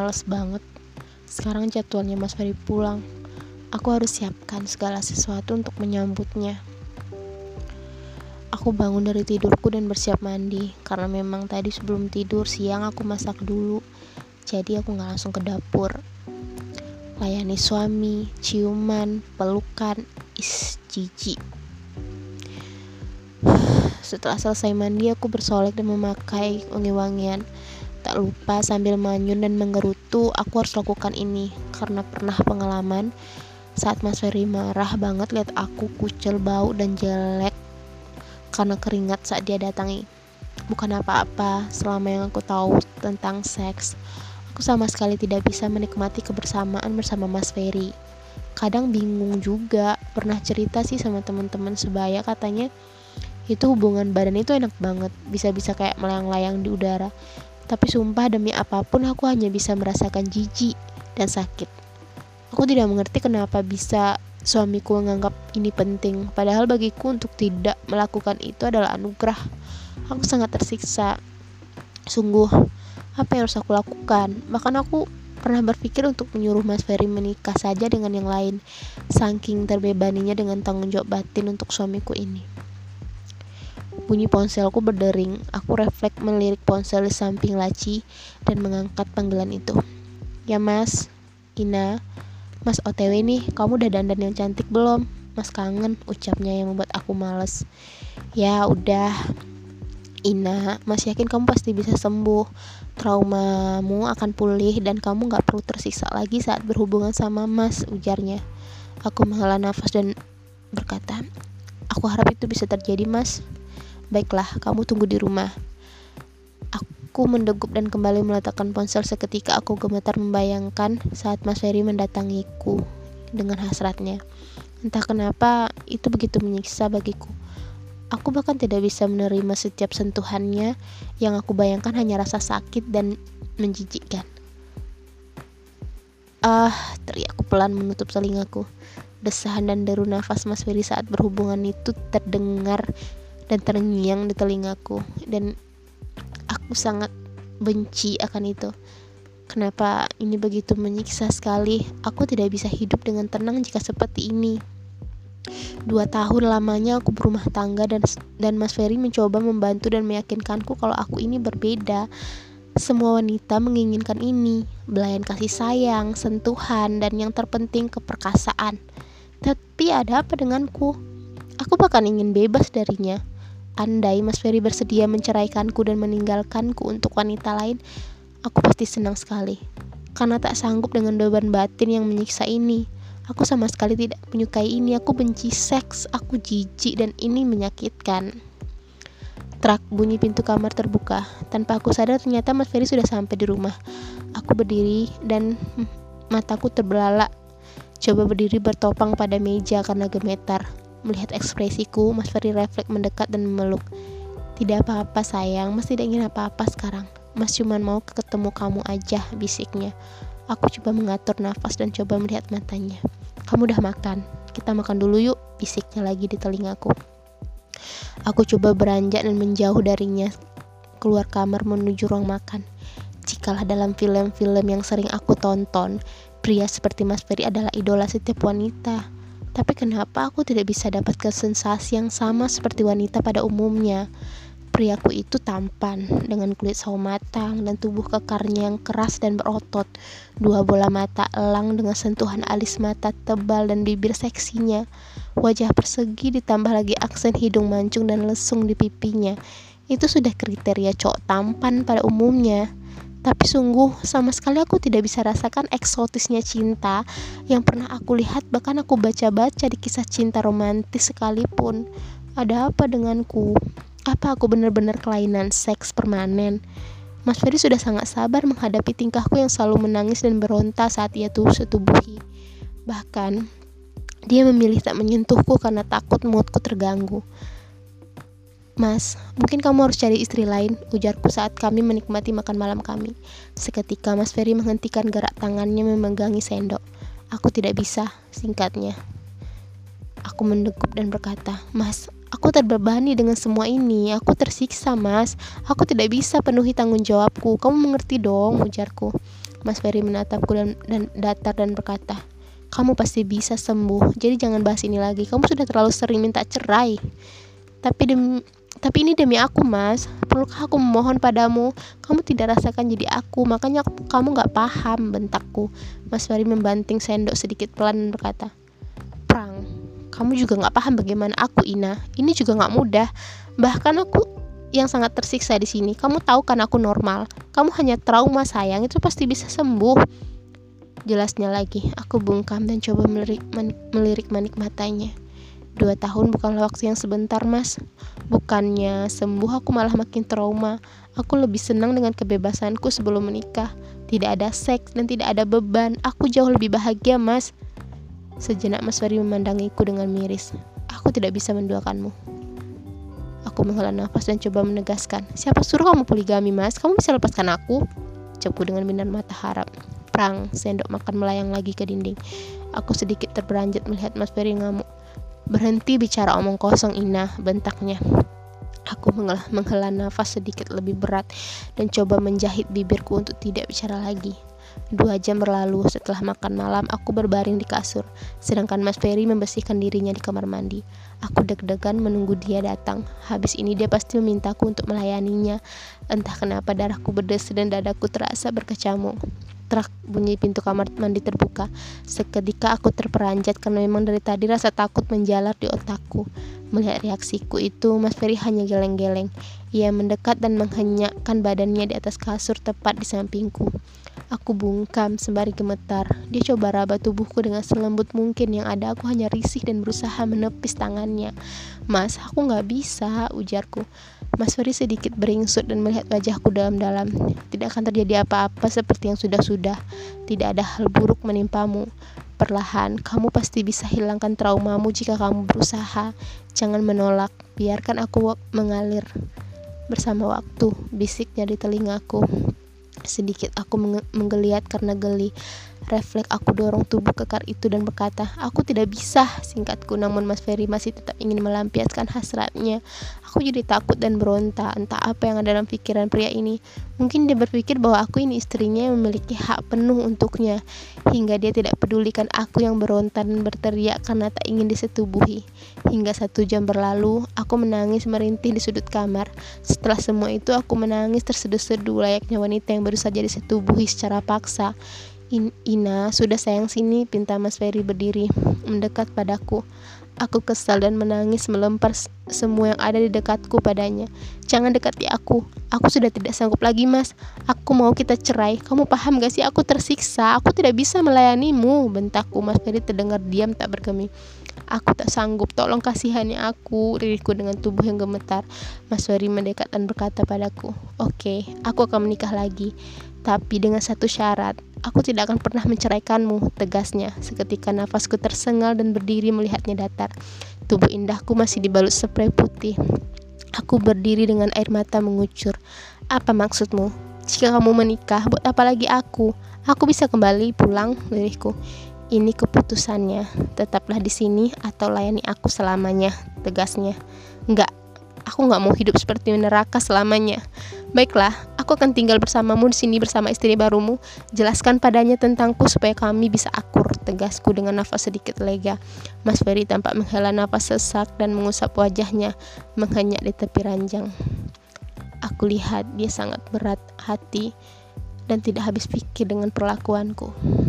males banget. Sekarang jadwalnya Mas Ferry pulang. Aku harus siapkan segala sesuatu untuk menyambutnya. Aku bangun dari tidurku dan bersiap mandi. Karena memang tadi sebelum tidur siang aku masak dulu. Jadi aku gak langsung ke dapur. Layani suami, ciuman, pelukan, jijik. Setelah selesai mandi aku bersolek dan memakai wangi-wangian. Tak lupa sambil manyun dan menggerutu aku harus lakukan ini. Karena pernah pengalaman saat Mas Ferry marah banget lihat aku kucel, bau dan jelek karena keringat saat dia datangi. Bukan apa-apa, selama yang aku tahu tentang seks, aku sama sekali tidak bisa menikmati kebersamaan bersama Mas Ferry. Kadang bingung juga, pernah cerita sih sama teman-teman sebaya, katanya itu hubungan badan itu enak banget, bisa-bisa kayak melayang-layang di udara. Tapi sumpah demi apapun aku hanya bisa merasakan jijik dan sakit. Aku tidak mengerti kenapa bisa suamiku menganggap ini penting, padahal bagiku untuk tidak melakukan itu adalah anugerah. Aku sangat tersiksa. Sungguh, apa yang harus aku lakukan? Bahkan aku pernah berpikir untuk menyuruh Mas Ferry menikah saja dengan yang lain, saking terbebaninya dengan tanggung jawab batin untuk suamiku ini. Bunyi ponselku berdering. Aku refleks melirik ponsel di samping laci dan mengangkat panggilan itu. Ya Mas, Ina. Mas OTW nih, kamu udah dandan yang cantik belum? Mas kangen, ucapnya yang membuat aku males. Ya udah Ina, Mas yakin kamu pasti bisa sembuh. Traumamu akan pulih dan kamu gak perlu tersiksa lagi saat berhubungan sama Mas, ujarnya. Aku menghela nafas dan berkata, aku harap itu bisa terjadi Mas. Baiklah, kamu tunggu di rumah. Aku mendegup dan kembali meletakkan ponsel. Seketika aku gemetar membayangkan saat Mas Ferry mendatangiku dengan hasratnya. Entah kenapa itu begitu menyiksa bagiku. Aku bahkan tidak bisa menerima setiap sentuhannya. Yang aku bayangkan hanya rasa sakit dan menjijikkan. Teriakku pelan menutup telingaku. Desahan dan deru nafas Mas Ferry saat berhubungan itu terdengar dan terngiang di telingaku, dan aku sangat benci akan itu. Kenapa ini begitu menyiksa sekali? Aku tidak bisa hidup dengan tenang jika seperti ini. 2 tahun lamanya aku berumah tangga dan Mas Ferry mencoba membantu dan meyakinkanku kalau aku ini berbeda. Semua wanita menginginkan ini, belayan kasih sayang, sentuhan, dan yang terpenting keperkasaan. Tapi ada apa denganku? Aku bahkan ingin bebas darinya. Andai Mas Ferry bersedia menceraikanku dan meninggalkanku untuk wanita lain, aku pasti senang sekali. Karena tak sanggup dengan beban batin yang menyiksa ini. Aku sama sekali tidak menyukai ini. Aku benci seks, aku jijik dan ini menyakitkan. Trak, bunyi pintu kamar terbuka. Tanpa aku sadar ternyata Mas Ferry sudah sampai di rumah. Aku berdiri dan mataku terbelalak. Coba berdiri bertopang pada meja karena gemetar. Melihat ekspresiku, Mas Ferry refleks mendekat dan memeluk. Tidak apa-apa sayang, Mas tidak ingin apa-apa sekarang. Mas cuma mau ketemu kamu aja, bisiknya. Aku coba mengatur nafas dan coba melihat matanya. Kamu udah makan? Kita makan dulu yuk, bisiknya lagi di telingaku. Aku coba beranjak dan menjauh darinya, keluar kamar menuju ruang makan. Jikalau dalam film-film yang sering aku tonton, pria seperti Mas Ferry adalah idola setiap wanita. Tapi kenapa aku tidak bisa dapatkan sensasi yang sama seperti wanita pada umumnya? Priaku itu tampan, dengan kulit sawo matang dan tubuh kekarnya yang keras dan berotot. 2 bola mata elang dengan sentuhan alis mata tebal dan bibir seksinya. Wajah persegi ditambah lagi aksen hidung mancung dan lesung di pipinya. Itu sudah kriteria cowok tampan pada umumnya. Tapi sungguh sama sekali aku tidak bisa rasakan eksotisnya cinta yang pernah aku lihat, bahkan aku baca-baca di kisah cinta romantis sekalipun. Ada apa denganku? Apa aku benar-benar kelainan seks permanen? Mas Ferry sudah sangat sabar menghadapi tingkahku yang selalu menangis dan beronta saat ia setubuhi. Bahkan dia memilih tak menyentuhku karena takut moodku terganggu. Mas, mungkin kamu harus cari istri lain, ujarku saat kami menikmati makan malam kami. Seketika Mas Ferry menghentikan gerak tangannya memegangi sendok. Aku tidak bisa, singkatnya. Aku mendegup dan berkata, Mas, aku terbebani dengan semua ini. Aku tersiksa, Mas. Aku tidak bisa penuhi tanggung jawabku. Kamu mengerti dong, ujarku. Mas Ferry menatapku dan datar dan berkata, "Kamu pasti bisa sembuh, jadi jangan bahas ini lagi. Kamu sudah terlalu sering minta cerai." Tapi ini demi aku, Mas. Perlukah aku memohon padamu? Kamu tidak rasakan jadi aku, makanya kamu gak paham, bentakku. Mas Ferry membanting sendok sedikit pelan dan berkata, "Prang, kamu juga gak paham bagaimana aku, Ina. Ini juga gak mudah. Bahkan aku yang sangat tersiksa di sini. Kamu tahu kan aku normal. Kamu hanya trauma, sayang. Itu pasti bisa sembuh." Jelasnya lagi, aku bungkam dan coba melirik manik matanya. 2 tahun bukanlah waktu yang sebentar, Mas. Bukannya sembuh, aku malah makin trauma. Aku lebih senang dengan kebebasanku sebelum menikah. Tidak ada seks dan tidak ada beban. Aku jauh lebih bahagia, Mas. Sejenak Mas Ferry memandangiku dengan miris. "Aku tidak bisa menduakanmu." Aku menghela nafas dan coba menegaskan, "Siapa suruh kamu poligami, Mas? Kamu bisa lepaskan aku?" Ucapku dengan binar mata harap. Prang, sendok makan melayang lagi ke dinding. Aku sedikit terberanjat melihat Mas Ferry ngamuk. "Berhenti bicara omong kosong, Ina," bentaknya. Aku menghela nafas sedikit lebih berat dan coba menjahit bibirku untuk tidak bicara lagi. 2 jam berlalu. Setelah makan malam, aku berbaring di kasur, sedangkan Mas Ferry membersihkan dirinya di kamar mandi. Aku deg-degan menunggu dia datang. Habis ini dia pasti memintaku untuk melayaninya. Entah kenapa darahku berdesir dan dadaku terasa berkecamuk. Trak, bunyi pintu kamar mandi terbuka. Seketika aku terperanjat karena memang dari tadi rasa takut menjalar di otakku. Melihat reaksiku itu, Mas Ferry hanya geleng-geleng. Ia mendekat dan menghenyakkan badannya di atas kasur tepat di sampingku. Aku bungkam sembari gemetar. Dia coba raba tubuhku dengan selembut mungkin. Yang ada aku hanya risih dan berusaha menepis tangannya. "Mas, aku gak bisa," ujarku. Mas Ferry sedikit beringsut dan melihat wajahku dalam-dalam. "Tidak akan terjadi apa-apa seperti yang sudah-sudah. Tidak ada hal buruk menimpamu. Perlahan, kamu pasti bisa hilangkan traumamu jika kamu berusaha. Jangan menolak, biarkan aku mengalir bersama waktu," bisiknya di telingaku. Sedikit aku menggeliat karena geli. Refleks aku dorong tubuh kekar itu dan berkata, "Aku tidak bisa," singkatku. Namun Mas Ferry masih tetap ingin melampiaskan hasratnya. Aku jadi takut dan beronta. Entah apa yang ada dalam pikiran pria ini. Mungkin dia berpikir bahwa aku ini istrinya yang memiliki hak penuh untuknya, hingga dia tidak pedulikan aku yang beronta dan berteriak karena tak ingin disetubuhi. Hingga 1 jam berlalu, aku menangis merintih di sudut kamar. Setelah semua itu aku menangis terseduh-seduh layaknya wanita yang baru saja disetubuhi secara paksa. "Ina, sudah sayang, sini," pinta Mas Ferry berdiri mendekat padaku. Aku kesal dan menangis melempar semua yang ada di dekatku padanya. "Jangan dekati aku. Aku sudah tidak sanggup lagi, Mas. Aku mau kita cerai. Kamu paham gak sih? Aku tersiksa. Aku tidak bisa melayanimu," bentakku. Mas Ferry terdengar diam tak bergeming. "Aku tak sanggup. Tolong kasihani aku," ririkku dengan tubuh yang gemetar. Mas Ferry mendekat dan berkata padaku, "Oke, aku akan menikah lagi. Tapi dengan satu syarat. Aku tidak akan pernah menceraikanmu," tegasnya. Seketika nafasku tersengal dan berdiri melihatnya datar. Tubuh indahku masih dibalut spray putih. Aku berdiri dengan air mata mengucur. "Apa maksudmu? Jika kamu menikah, buat apa lagi aku? Aku bisa kembali pulang," lirihku. "Ini keputusannya. Tetaplah di sini atau layani aku selamanya," tegasnya. "Enggak. Aku gak mau hidup seperti neraka selamanya." "Baiklah, aku akan tinggal bersamamu di sini bersama istri barumu. Jelaskan padanya tentangku supaya kami bisa akur," tegasku dengan nafas sedikit lega. Mas Ferry tampak menghela nafas sesak dan mengusap wajahnya, menghenyak di tepi ranjang. Aku lihat dia sangat berat hati dan tidak habis pikir dengan perlakuanku.